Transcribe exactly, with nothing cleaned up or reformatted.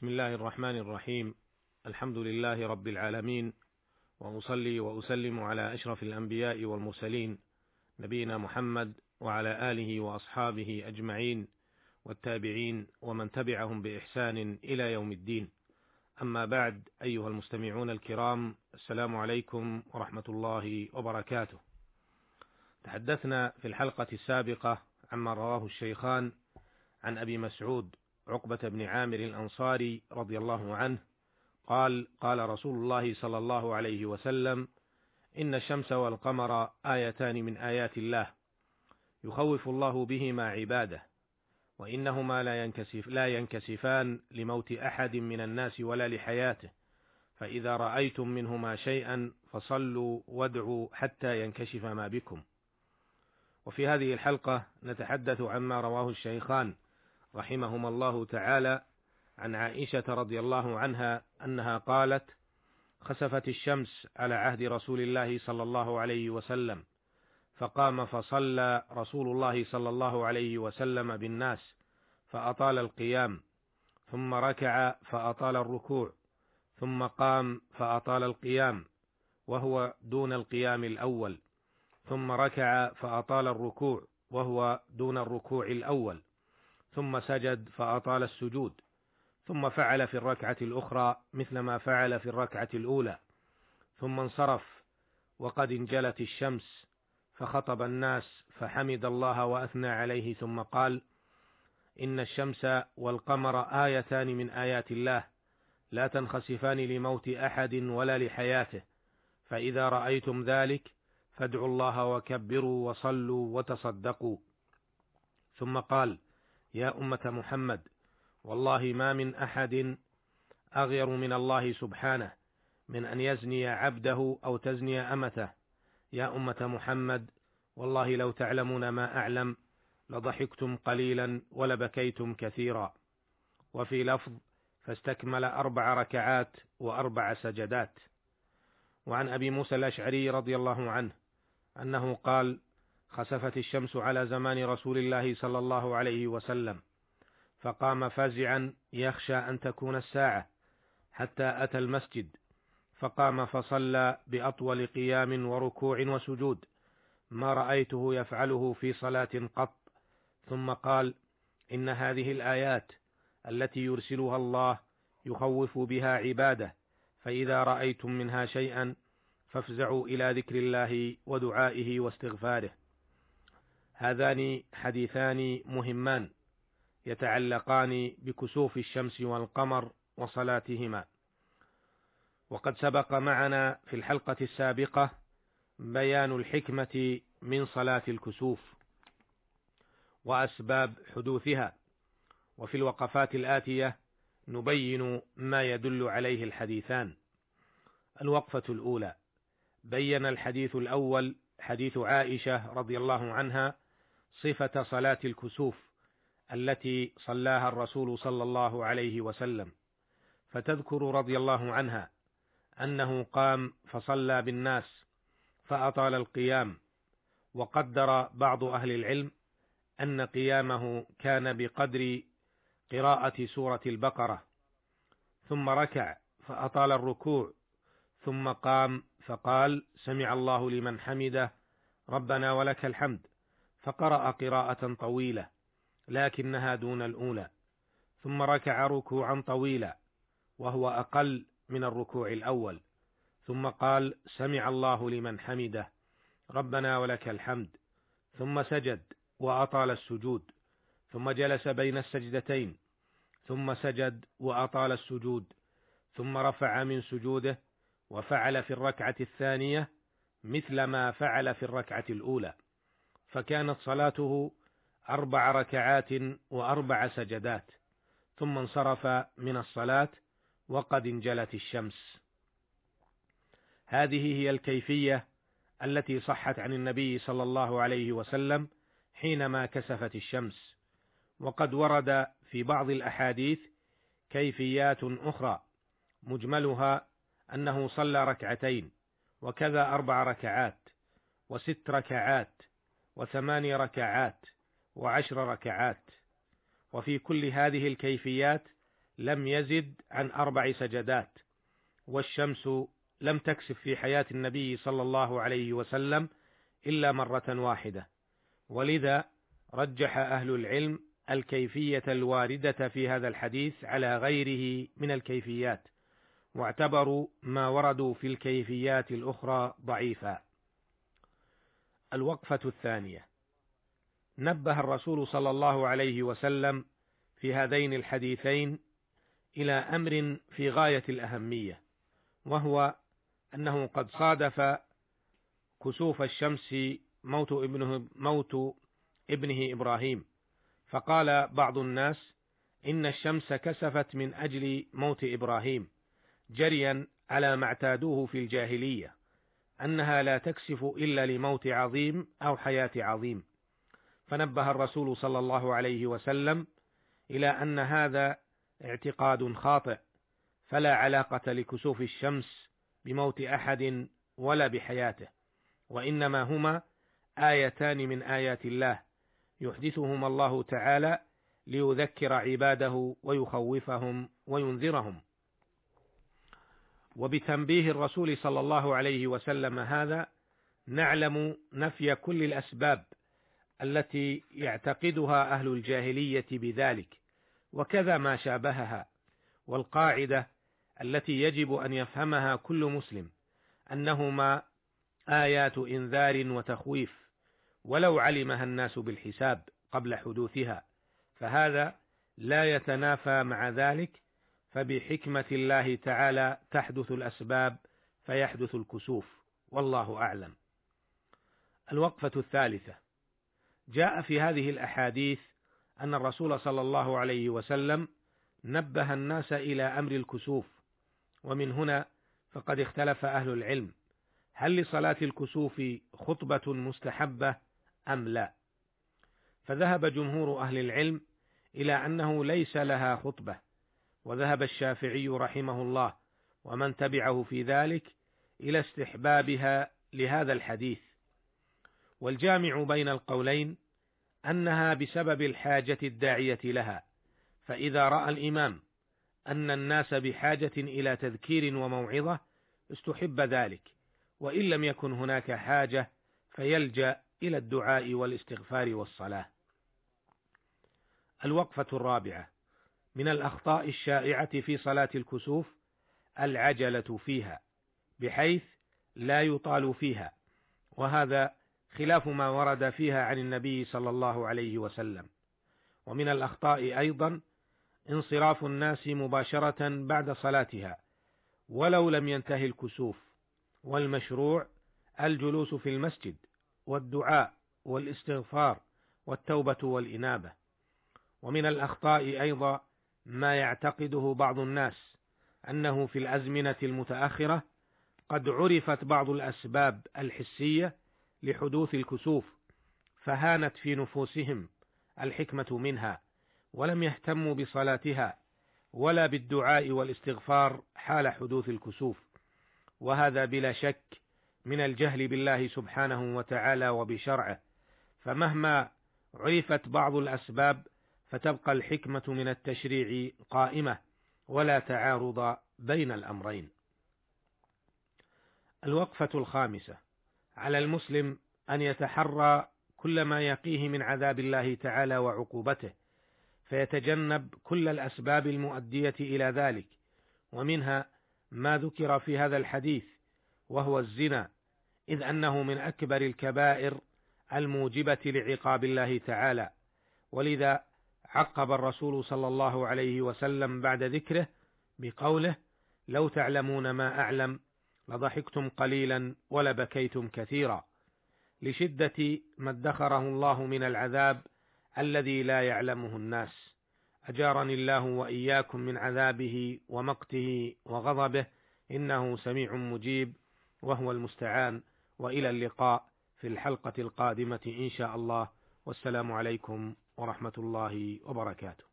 بسم الله الرحمن الرحيم. الحمد لله رب العالمين، وأصلي وأسلم على أشرف الأنبياء والمرسلين نبينا محمد وعلى آله وأصحابه أجمعين والتابعين ومن تبعهم بإحسان إلى يوم الدين. أما بعد، أيها المستمعون الكرام، السلام عليكم ورحمة الله وبركاته. تحدثنا في الحلقة السابقة عما رواه الشيخان عن أبي مسعود عقبة بن عامر الأنصاري رضي الله عنه قال: قال رسول الله صلى الله عليه وسلم: إن الشمس والقمر آيتان من آيات الله يخوف الله بهما عباده، وإنهما لا ينكسف لا ينكسفان لموت أحد من الناس ولا لحياته، فإذا رأيتم منهما شيئا فصلوا وادعوا حتى ينكشف ما بكم. وفي هذه الحلقة نتحدث عما رواه الشيخان رحمهما الله تعالى عن عائشة رضي الله عنها أنها قالت: خسفت الشمس على عهد رسول الله صلى الله عليه وسلم، فقام فصلى رسول الله صلى الله عليه وسلم بالناس فأطال القيام، ثم ركع فأطال الركوع، ثم قام فأطال القيام وهو دون القيام الأول، ثم ركع فأطال الركوع وهو دون الركوع الأول، ثم سجد فأطال السجود، ثم فعل في الركعة الأخرى مثل ما فعل في الركعة الأولى، ثم انصرف وقد انجلت الشمس، فخطب الناس فحمد الله وأثنى عليه، ثم قال: إن الشمس والقمر آيتان من آيات الله لا تنخسفان لموت أحد ولا لحياته، فإذا رأيتم ذلك فادعوا الله وكبروا وصلوا وتصدقوا. ثم قال: يا أمة محمد، والله ما من أحد أغير من الله سبحانه من أن يزني عبده أو تزني أمته. يا أمة محمد، والله لو تعلمون ما أعلم لضحكتم قليلا ولبكيتم كثيرا. وفي لفظ: فاستكمل أربع ركعات وأربع سجدات. وعن أبي موسى الأشعري رضي الله عنه أنه قال: خسفت الشمس على زمان رسول الله صلى الله عليه وسلم، فقام فزعا يخشى أن تكون الساعة، حتى أتى المسجد، فقام فصلى بأطول قيام وركوع وسجود ما رأيته يفعله في صلاة قط، ثم قال: إن هذه الآيات التي يرسلها الله يخوف بها عباده، فإذا رأيتم منها شيئا فافزعوا إلى ذكر الله ودعائه واستغفاره. هذان حديثان مهمان يتعلقان بكسوف الشمس والقمر وصلاتهما. وقد سبق معنا في الحلقة السابقة بيان الحكمة من صلاة الكسوف وأسباب حدوثها، وفي الوقفات الآتية نبين ما يدل عليه الحديثان. الوقفة الأولى: بين الحديث الأول حديث عائشة رضي الله عنها صفة صلاة الكسوف التي صلاها الرسول صلى الله عليه وسلم، فتذكر رضي الله عنها أنه قام فصلى بالناس فأطال القيام، وقدر بعض أهل العلم أن قيامه كان بقدر قراءة سورة البقرة، ثم ركع فأطال الركوع، ثم قام فقال: سمع الله لمن حمده ربنا ولك الحمد، فقرأ قراءة طويلة لكنها دون الأولى، ثم ركع ركوعا طويلا وهو أقل من الركوع الأول، ثم قال: سمع الله لمن حمده ربنا ولك الحمد، ثم سجد وأطال السجود، ثم جلس بين السجدتين، ثم سجد وأطال السجود، ثم رفع من سجوده وفعل في الركعة الثانية مثل ما فعل في الركعة الأولى، فكانت صلاته أربع ركعات وأربع سجدات، ثم انصرف من الصلاة وقد انجلت الشمس. هذه هي الكيفية التي صحت عن النبي صلى الله عليه وسلم حينما كسفت الشمس. وقد ورد في بعض الأحاديث كيفيات أخرى مجملها أنه صلى ركعتين، وكذا أربع ركعات، وست ركعات، وثماني ركعات، وعشر ركعات. وفي كل هذه الكيفيات لم يزد عن أربع سجدات، والشمس لم تكسف في حياة النبي صلى الله عليه وسلم إلا مرة واحدة، ولذا رجح أهل العلم الكيفية الواردة في هذا الحديث على غيره من الكيفيات، واعتبروا ما وردوا في الكيفيات الأخرى ضعيفا. الوقفة الثانية: نبه الرسول صلى الله عليه وسلم في هذين الحديثين إلى أمر في غاية الأهمية، وهو أنه قد صادف كسوف الشمس موت ابنه, موت ابنه إبراهيم، فقال بعض الناس إن الشمس كسفت من أجل موت إبراهيم، جريا على ما اعتادوه في الجاهلية أنها لا تكسف إلا لموت عظيم أو حياة عظيم. فنبه الرسول صلى الله عليه وسلم إلى أن هذا اعتقاد خاطئ، فلا علاقة لكسوف الشمس بموت أحد ولا بحياته، وإنما هما آيتان من آيات الله يحدثهما الله تعالى ليذكر عباده ويخوفهم وينذرهم. وبتنبيه الرسول صلى الله عليه وسلم هذا نعلم نفي كل الأسباب التي يعتقدها أهل الجاهلية بذلك، وكذا ما شابهها. والقاعدة التي يجب أن يفهمها كل مسلم أنهما آيات إنذار وتخويف، ولو علمها الناس بالحساب قبل حدوثها، فهذا لا يتنافى مع ذلك، فبحكمة الله تعالى تحدث الأسباب فيحدث الكسوف، والله أعلم. الوقفة الثالثة: جاء في هذه الأحاديث أن الرسول صلى الله عليه وسلم نبه الناس إلى أمر الكسوف، ومن هنا فقد اختلف أهل العلم هل لصلاة الكسوف خطبة مستحبة أم لا؟ فذهب جمهور أهل العلم إلى أنه ليس لها خطبة، وذهب الشافعي رحمه الله ومن تبعه في ذلك إلى استحبابها لهذا الحديث. والجامع بين القولين أنها بسبب الحاجة الداعية لها، فإذا رأى الإمام أن الناس بحاجة إلى تذكير وموعظة استحب ذلك، وإن لم يكن هناك حاجة فيلجأ إلى الدعاء والاستغفار والصلاة. الوقفة الرابعة: من الأخطاء الشائعة في صلاة الكسوف العجلة فيها بحيث لا يطال فيها، وهذا خلاف ما ورد فيها عن النبي صلى الله عليه وسلم. ومن الأخطاء أيضا انصراف الناس مباشرة بعد صلاتها ولو لم ينتهي الكسوف، والمشروع الجلوس في المسجد والدعاء والاستغفار والتوبة والإنابة. ومن الأخطاء أيضا ما يعتقده بعض الناس أنه في الأزمنة المتأخرة قد عرفت بعض الأسباب الحسية لحدوث الكسوف، فهانت في نفوسهم الحكمة منها، ولم يهتموا بصلاتها ولا بالدعاء والاستغفار حال حدوث الكسوف، وهذا بلا شك من الجهل بالله سبحانه وتعالى وبشرعه. فمهما عرفت بعض الأسباب فتبقى الحكمة من التشريع قائمة، ولا تعارض بين الأمرين. الوقفة الخامسة: على المسلم أن يتحرى كل ما يقيه من عذاب الله تعالى وعقوبته، فيتجنب كل الأسباب المؤدية إلى ذلك، ومنها ما ذكر في هذا الحديث وهو الزنا، إذ أنه من أكبر الكبائر الموجبة لعقاب الله تعالى، ولذا عقب الرسول صلى الله عليه وسلم بعد ذكره بقوله: لو تعلمون ما أعلم لضحكتم قليلا ولبكيتم كثيرا، لشدة ما ادخره الله من العذاب الذي لا يعلمه الناس. أجارني الله وإياكم من عذابه ومقته وغضبه، إنه سميع مجيب وهو المستعان. وإلى اللقاء في الحلقة القادمة إن شاء الله، والسلام عليكم ورحمة الله وبركاته.